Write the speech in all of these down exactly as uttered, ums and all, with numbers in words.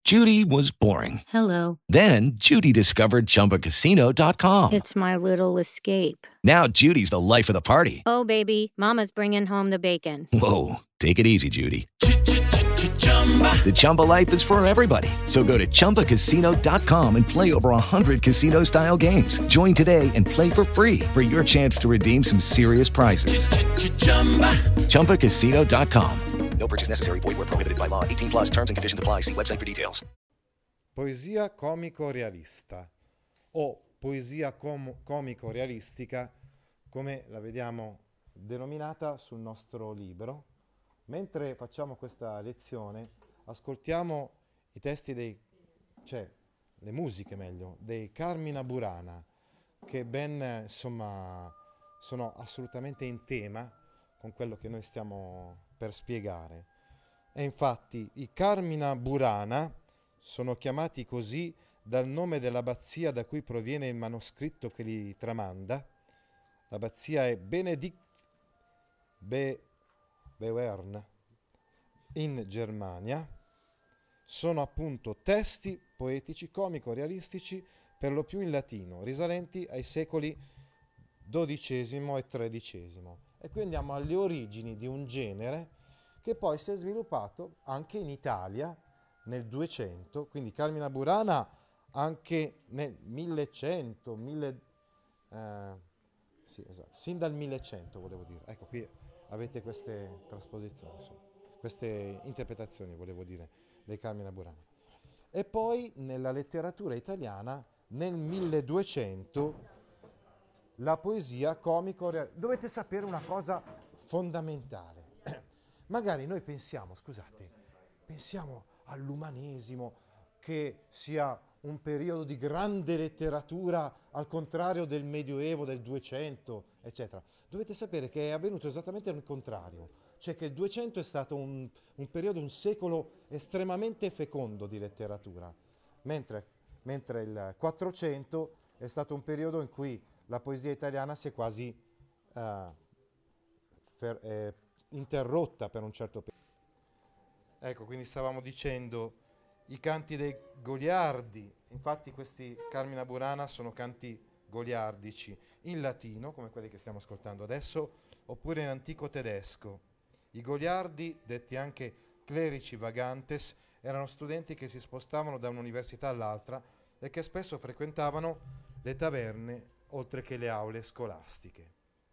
Judy was boring. Hello. Then Judy discovered Chumba Casino dot com. It's my little escape. Now Judy's the life of the party. Oh, baby, mama's bringing home the bacon. Whoa, take it easy, Judy. The Chumba life is for everybody. So go to Chumba Casino dot com and play over one hundred casino-style games. Join today and play for free for your chance to redeem some serious prizes. Chumba Casino dot com. No purchase necessary. Void where prohibited by law. eighteen plus terms and conditions apply. See website for details. Poesia comico-realista o poesia com- comico-realistica, come la vediamo denominata sul nostro libro. Mentre facciamo questa lezione, ascoltiamo i testi dei, cioè le musiche meglio, dei Carmina Burana, che ben, insomma, sono assolutamente in tema con quello che noi stiamo per spiegare. E infatti i Carmina Burana sono chiamati così dal nome dell'abbazia da cui proviene il manoscritto che li tramanda. L'abbazia è Benedikt Be- Beuern in Germania. Sono appunto testi poetici comico-realistici per lo più in latino, risalenti ai secoli dodicesimo e tredicesimo. E qui andiamo alle origini di un genere che poi si è sviluppato anche in Italia nel duecento, quindi Carmina Burana anche nel millecento, mille, eh, sì, esatto, sin dal millecento volevo dire. Ecco, qui avete queste trasposizioni, insomma, queste interpretazioni, volevo dire, dei Carmina Burana. E poi nella letteratura italiana nel milleduecento la poesia comico-realistica. Dovete sapere una cosa fondamentale. Magari noi pensiamo, scusate, pensiamo all'umanesimo, che sia un periodo di grande letteratura al contrario del Medioevo, del duecento, eccetera. Dovete sapere che è avvenuto esattamente il contrario, cioè che il duecento è stato un, un periodo, un secolo estremamente fecondo di letteratura, mentre, mentre il quattrocento è stato un periodo in cui la poesia italiana si è quasi uh, fer- eh, interrotta per un certo periodo. Ecco, quindi stavamo dicendo i canti dei goliardi. Infatti questi Carmina Burana sono canti goliardici in latino, come quelli che stiamo ascoltando adesso, oppure in antico tedesco. I goliardi, detti anche clerici vagantes, erano studenti che si spostavano da un'università all'altra e che spesso frequentavano le taverne oltre che le aule scolastiche.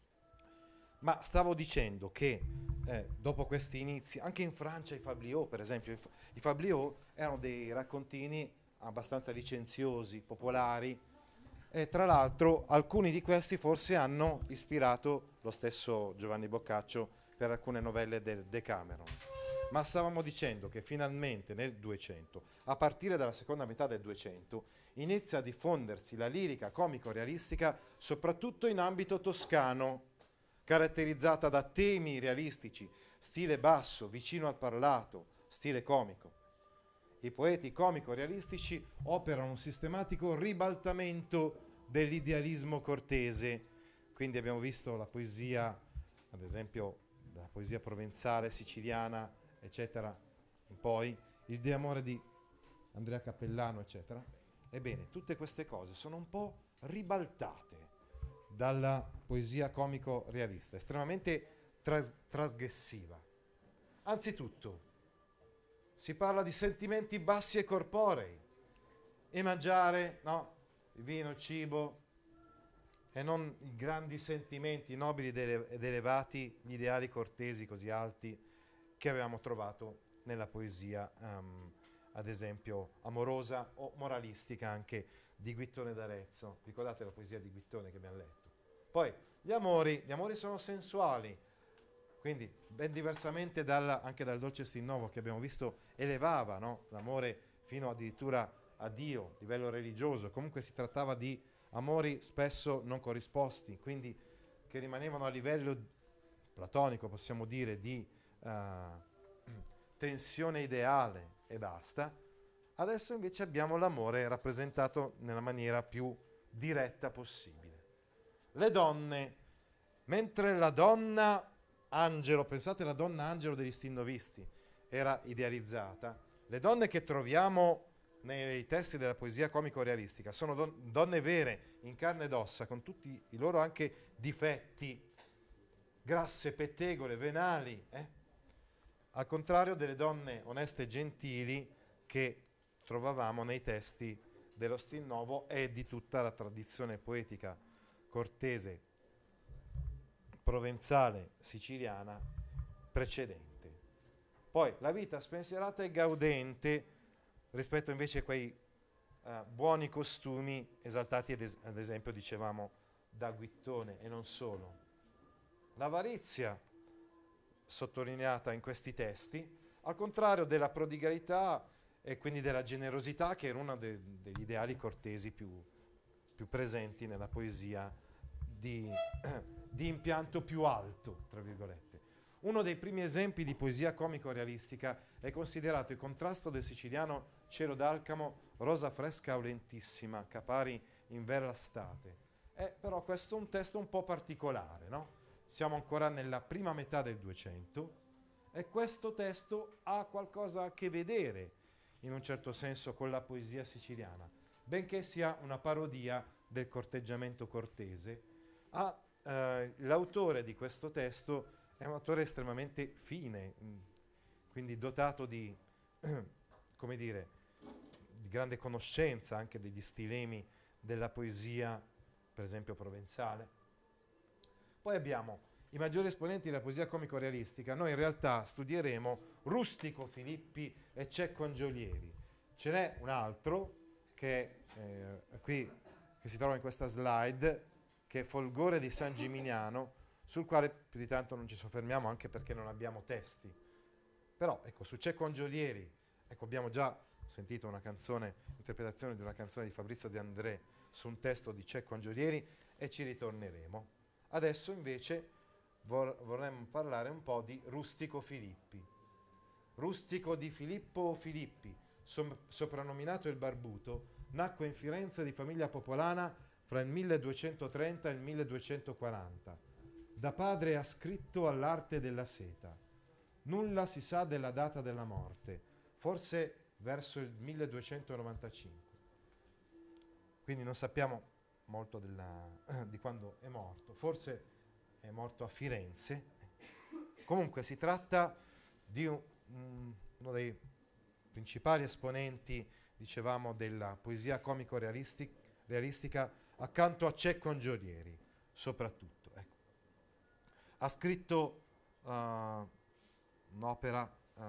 Ma stavo dicendo che eh, dopo questi inizi, anche in Francia i fabliaux, per esempio, i, f- i fabliaux erano dei raccontini abbastanza licenziosi, popolari, e tra l'altro alcuni di questi forse hanno ispirato lo stesso Giovanni Boccaccio per alcune novelle del Decameron. Ma stavamo dicendo che finalmente nel duecento, a partire dalla seconda metà del duecento, inizia a diffondersi la lirica comico-realistica soprattutto in ambito toscano, caratterizzata da temi realistici, stile basso, vicino al parlato, stile comico. I poeti comico-realistici operano un sistematico ribaltamento dell'idealismo cortese. Quindi abbiamo visto la poesia, ad esempio, la poesia provenzale, siciliana, eccetera, in poi il De Amore di Andrea Cappellano, eccetera. Ebbene, tutte queste cose sono un po' ribaltate dalla poesia comico-realista, estremamente tras- trasgressiva. Anzitutto, si parla di sentimenti bassi e corporei, e mangiare, no, il vino, il cibo, e non i grandi sentimenti nobili ed elevati, gli ideali cortesi così alti che avevamo trovato nella poesia, um, ad esempio, amorosa o moralistica anche di Guittone d'Arezzo. Ricordate la poesia di Guittone che abbiamo letto? Poi gli amori, gli amori sono sensuali, quindi ben diversamente dalla, anche dal Dolce Stinnovo che abbiamo visto elevava, no? L'amore fino addirittura a Dio, livello religioso. Comunque si trattava di amori spesso non corrisposti, quindi che rimanevano a livello platonico, possiamo dire, di uh, tensione ideale e basta. Adesso invece abbiamo l'amore rappresentato nella maniera più diretta possibile. Le donne, mentre la donna angelo, pensate alla donna angelo degli stinnovisti, era idealizzata, Le donne che troviamo nei testi della poesia comico-realistica sono don- donne vere, in carne ed ossa, con tutti i loro anche difetti, grasse, pettegole, venali, eh? Al contrario delle donne oneste e gentili che trovavamo nei testi dello Stil Novo e di tutta la tradizione poetica cortese, provenzale, siciliana precedente. Poi la vita spensierata e gaudente rispetto invece a quei uh, buoni costumi esaltati ad, es- ad esempio, dicevamo, da Guittone e non solo. L'avarizia sottolineata in questi testi, al contrario della prodigalità e quindi della generosità, che era uno de- degli ideali cortesi più, più presenti nella poesia di, di impianto più alto, tra virgolette. Uno dei primi esempi di poesia comico-realistica è considerato il contrasto del siciliano Cielo d'Alcamo, rosa fresca aulentissima, capari in vera estate. Eh, però questo è un testo un po' particolare, no? Siamo ancora nella prima metà del Duecento e questo testo ha qualcosa a che vedere, in un certo senso, con la poesia siciliana, benché sia una parodia del corteggiamento cortese. Ah, eh, l'autore di questo testo è un autore estremamente fine, quindi dotato di, come dire, di grande conoscenza anche degli stilemi della poesia, per esempio provenzale. Poi abbiamo i maggiori esponenti della poesia comico-realistica. Noi in realtà studieremo Rustico Filippi e Cecco Angiolieri. Ce n'è un altro che eh, qui che si trova in questa slide, che è Folgore di San Gimignano, sul quale più di tanto non ci soffermiamo, anche perché non abbiamo testi. Però ecco, su Cecco Angiolieri, ecco, abbiamo già sentito una canzone, interpretazione di una canzone di Fabrizio De André su un testo di Cecco Angiolieri, e ci ritorneremo. Adesso invece vor- vorremmo parlare un po' di Rustico Filippi. Rustico di Filippo Filippi, som- soprannominato il Barbuto, nacque in Firenze di famiglia popolana fra il milleduecentotrenta e il milleduecentoquaranta. Da padre ascritto all'arte della seta. Nulla si sa della data della morte, forse verso il milleduecentonovantacinque. Quindi non sappiamo molto della, di quando è morto, forse è morto a Firenze. Comunque si tratta di un, um, uno dei principali esponenti, dicevamo, della poesia comico-realistica, accanto a Cecco Angiolieri, soprattutto. Ecco. Ha scritto uh, un'opera uh,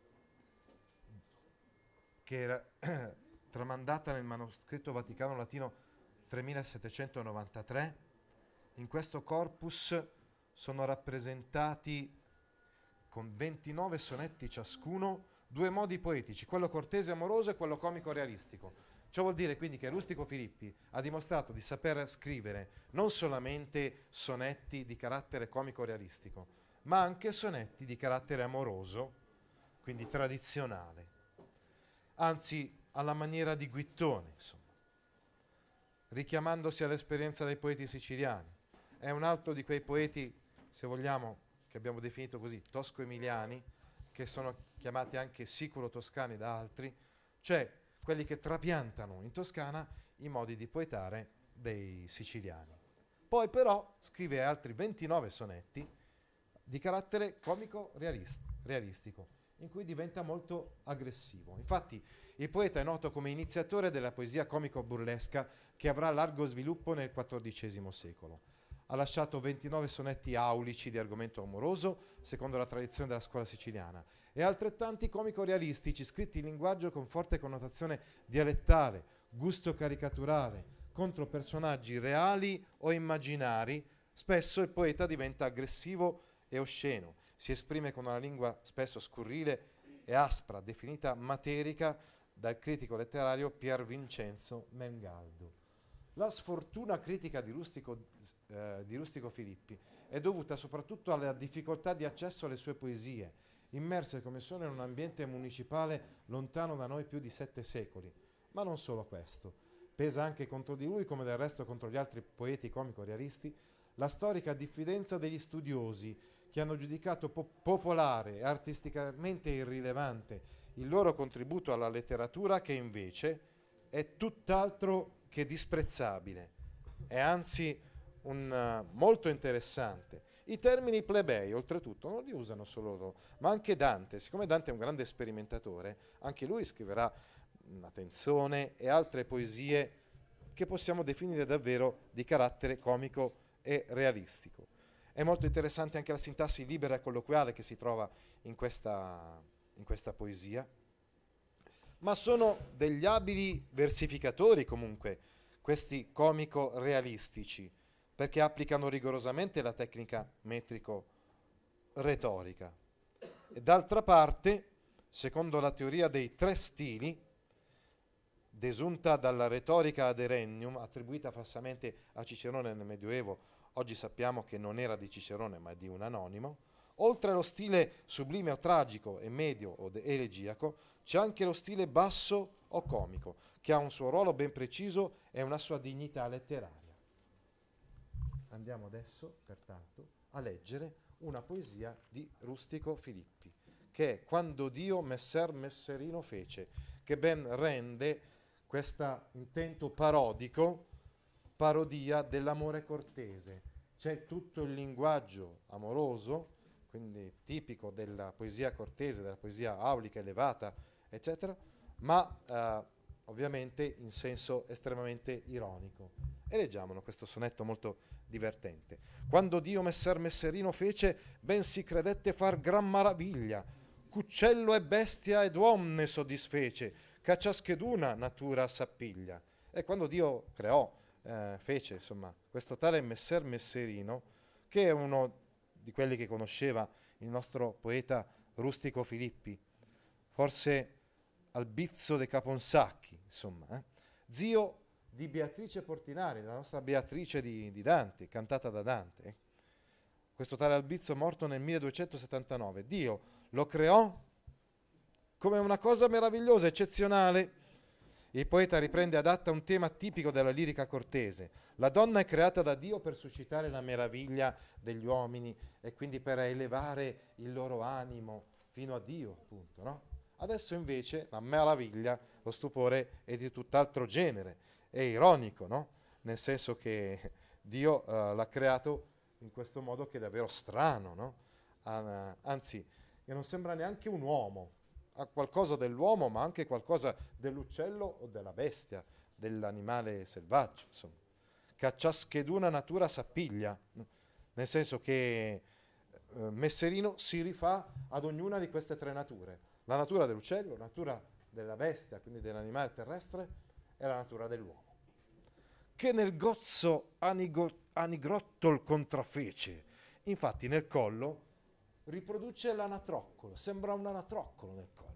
che era tramandata nel manoscritto Vaticano Latino tremilasettecentonovantatré. In questo corpus sono rappresentati, con ventinove sonetti ciascuno, due modi poetici, quello cortese amoroso e quello comico realistico. Ciò vuol dire quindi che Rustico Filippi ha dimostrato di saper scrivere non solamente sonetti di carattere comico realistico, ma anche sonetti di carattere amoroso, quindi tradizionale, anzi alla maniera di Guittone, insomma, richiamandosi all'esperienza dei poeti siciliani. È un altro di quei poeti, se vogliamo, che abbiamo definito così, tosco-emiliani, che sono chiamati anche siculo-toscani da altri, cioè quelli che trapiantano in Toscana i modi di poetare dei siciliani. Poi però scrive altri ventinove sonetti di carattere comico-realistico, in cui diventa molto aggressivo. Infatti il poeta è noto come iniziatore della poesia comico-burlesca, che avrà largo sviluppo nel quattordicesimo secolo. Ha lasciato ventinove sonetti aulici di argomento amoroso, secondo la tradizione della scuola siciliana, e altrettanti comico-realistici, scritti in linguaggio con forte connotazione dialettale, gusto caricaturale, contro personaggi reali o immaginari. Spesso il poeta diventa aggressivo e osceno, si esprime con una lingua spesso scurrile e aspra, definita materica dal critico letterario Pier Vincenzo Mengaldo. La sfortuna critica di Rustico, eh, di Rustico Filippi è dovuta soprattutto alla difficoltà di accesso alle sue poesie, immerse come sono in un ambiente municipale lontano da noi più di sette secoli. Ma non solo questo. Pesa anche contro di lui, come del resto contro gli altri poeti comico-realisti, la storica diffidenza degli studiosi, che hanno giudicato po- popolare e artisticamente irrilevante il loro contributo alla letteratura, che invece è tutt'altro che disprezzabile, è anzi un, uh, molto interessante. I termini plebei, oltretutto, non li usano solo loro, ma anche Dante. Siccome Dante è un grande sperimentatore, anche lui scriverà una Tenzone e altre poesie che possiamo definire davvero di carattere comico e realistico. È molto interessante anche la sintassi libera e colloquiale che si trova in questa, in questa poesia, ma sono degli abili versificatori comunque questi comico-realistici, perché applicano rigorosamente la tecnica metrico-retorica. E d'altra parte, secondo la teoria dei tre stili, desunta dalla retorica ad Herennium, attribuita falsamente a Cicerone nel Medioevo, oggi sappiamo che non era di Cicerone ma di un anonimo, oltre allo stile sublime o tragico e medio o elegiaco, c'è anche lo stile basso o comico, che ha un suo ruolo ben preciso e una sua dignità letteraria. Andiamo adesso, pertanto, a leggere una poesia di Rustico Filippi, che è Quando Dio Messer Messerino fece, che ben rende questo intento parodico, parodia dell'amore cortese. C'è tutto il linguaggio amoroso, quindi tipico della poesia cortese, della poesia aulica, elevata, eccetera, ma eh, ovviamente in senso estremamente ironico. E leggiamolo, questo sonetto molto divertente. Quando Dio Messer Messerino fece, ben si credette far gran maraviglia, qu'uccello e bestia ed uom ne soddisfece, che a ciascheduna natura s'appiglia. E quando Dio creò, eh, fece insomma questo tale Messer Messerino, che è uno di quelli che conosceva il nostro poeta Rustico Filippi, forse Albizzo de Caponsacchi, insomma, eh? zio di Beatrice Portinari, la nostra Beatrice di, di Dante, cantata da Dante. Eh? Questo tale Albizzo, morto nel milleduecentosettantanove, Dio lo creò come una cosa meravigliosa, eccezionale. Il poeta riprende ad Atta un tema tipico della lirica cortese. La donna è creata da Dio per suscitare la meraviglia degli uomini e quindi per elevare il loro animo fino a Dio, appunto, no? Adesso invece la meraviglia, lo stupore è di tutt'altro genere, è ironico, no? Nel senso che Dio uh, l'ha creato in questo modo che è davvero strano, no? Uh, anzi, che non sembra neanche un uomo, ha qualcosa dell'uomo ma anche qualcosa dell'uccello o della bestia, dell'animale selvaggio, insomma, che a ciascheduna natura s'appiglia, no? Nel senso che uh, Messerino si rifà ad ognuna di queste tre nature. La natura dell'uccello, la natura della bestia, quindi dell'animale terrestre, e la natura dell'uomo. Che nel gozzo anigo- anigrottol contrafece, infatti nel collo riproduce l'anatroccolo, sembra un anatroccolo nel collo.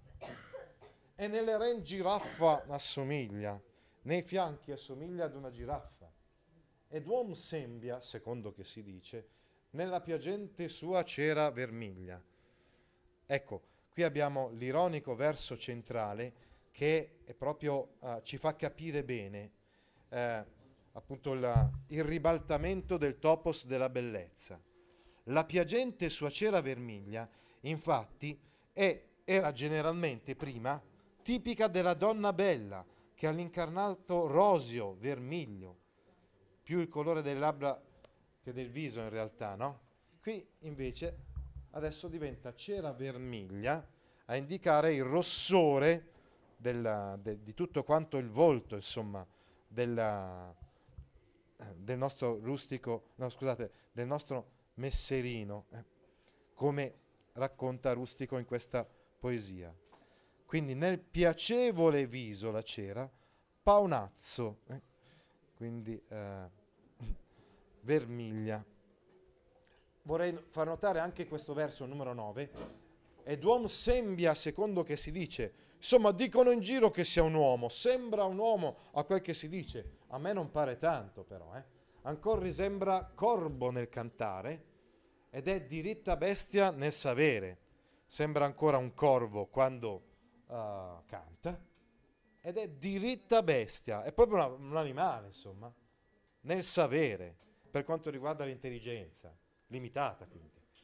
E nelle ren giraffa assomiglia, nei fianchi assomiglia ad una giraffa. Ed uom sembia, secondo che si dice, nella piagente sua cera vermiglia. Ecco, qui abbiamo l'ironico verso centrale che è proprio uh, ci fa capire bene eh, appunto la, il ribaltamento del topos della bellezza. La piagente sua cera vermiglia, infatti, è, era generalmente prima tipica della donna bella, che ha l'incarnato roseo, vermiglio, più il colore delle labbra che del viso in realtà, no? Qui invece adesso diventa cera vermiglia a indicare il rossore della, de, di tutto quanto il volto, insomma, della, del nostro rustico, no scusate, del nostro Messerino, eh, come racconta Rustico in questa poesia. Quindi nel piacevole viso la cera, paonazzo, eh, quindi eh, vermiglia. Vorrei far notare anche questo verso numero nove, ed uom sembia secondo che si dice, insomma dicono in giro che sia un uomo, sembra un uomo a quel che si dice, a me non pare tanto però, eh. Ancora risembra corbo nel cantare ed è diritta bestia nel savere, sembra ancora un corvo quando uh, canta ed è diritta bestia, è proprio una, un animale insomma, nel savere per quanto riguarda l'intelligenza, limitata quindi.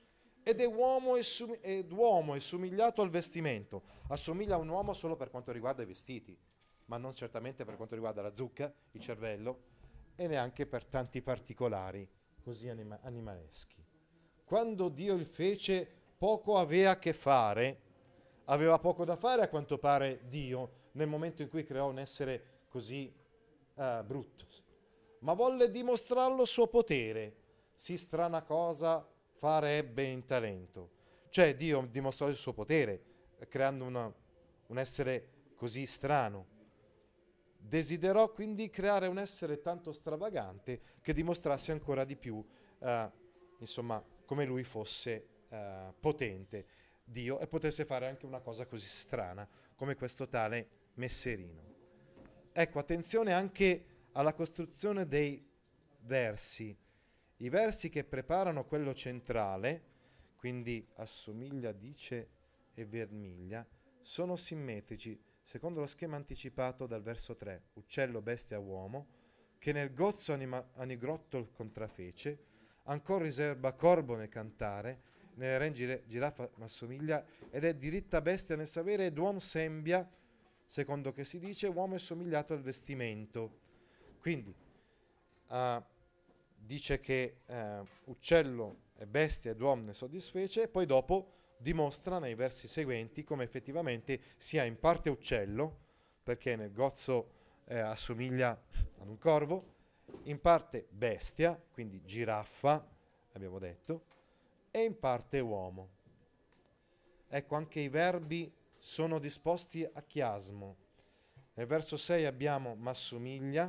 ed è uomo e, sum- ed uomo è somigliato al vestimento. Assomiglia a un uomo solo per quanto riguarda i vestiti, ma non certamente per quanto riguarda la zucca, il cervello, e neanche per tanti particolari così anima- animaleschi. Quando Dio il fece, poco aveva a che fare, aveva poco da fare a quanto pare Dio, nel momento in cui creò un essere così uh, brutto, ma volle dimostrarlo il suo potere. Sì strana cosa fare ebbe in talento. Cioè Dio dimostrò il suo potere, creando una, un essere così strano. Desiderò quindi creare un essere tanto stravagante che dimostrasse ancora di più, uh, insomma, come lui fosse uh, potente, Dio, e potesse fare anche una cosa così strana, come questo tale Messerino. Ecco, attenzione anche alla costruzione dei versi. I versi che preparano quello centrale, quindi assomiglia, dice e vermiglia, sono simmetrici, secondo lo schema anticipato dal verso tre, uccello, bestia, uomo, che nel gozzo anima, anigrotto il contrafece, ancor riserba corbo nel cantare, nelle ren gire, giraffa assomiglia, ed è diritta bestia nel sapere, ed uom sembia, secondo che si dice, uomo è somigliato al vestimento. Quindi uh, dice che uh, uccello e bestia ed uomo ne soddisfece, e poi dopo dimostra nei versi seguenti come effettivamente sia in parte uccello, perché nel gozzo eh, assomiglia ad un corvo, in parte bestia, quindi giraffa, abbiamo detto, e in parte uomo. Ecco, anche i verbi sono disposti a chiasmo. Nel verso sei abbiamo m'assomiglia,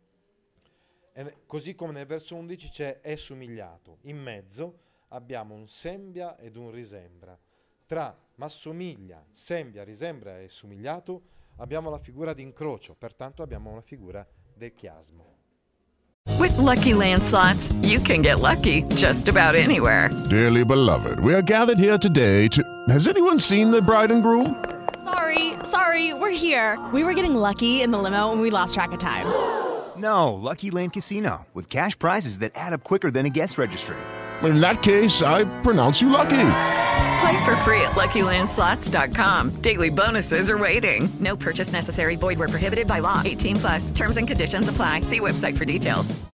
e così come nel verso undici c'è è somigliato. In mezzo abbiamo un sembia ed un risembra. Tra m'assomiglia, sembia, risembra e somigliato abbiamo la figura di incrocio, pertanto abbiamo la figura del chiasmo. With Lucky Land Slots, you can get lucky just about anywhere. Dearly beloved, we are gathered here today to... Has anyone seen the bride and groom? Sorry, sorry, we're here. We were getting lucky in the limo and we lost track of time. No, Lucky Land Casino, with cash prizes that add up quicker than a guest registry. In that case, I pronounce you lucky. Play for free at Lucky Land Slots dot com. Daily bonuses are waiting. No purchase necessary. Void where prohibited by law. eighteen plus. Terms and conditions apply. See website for details.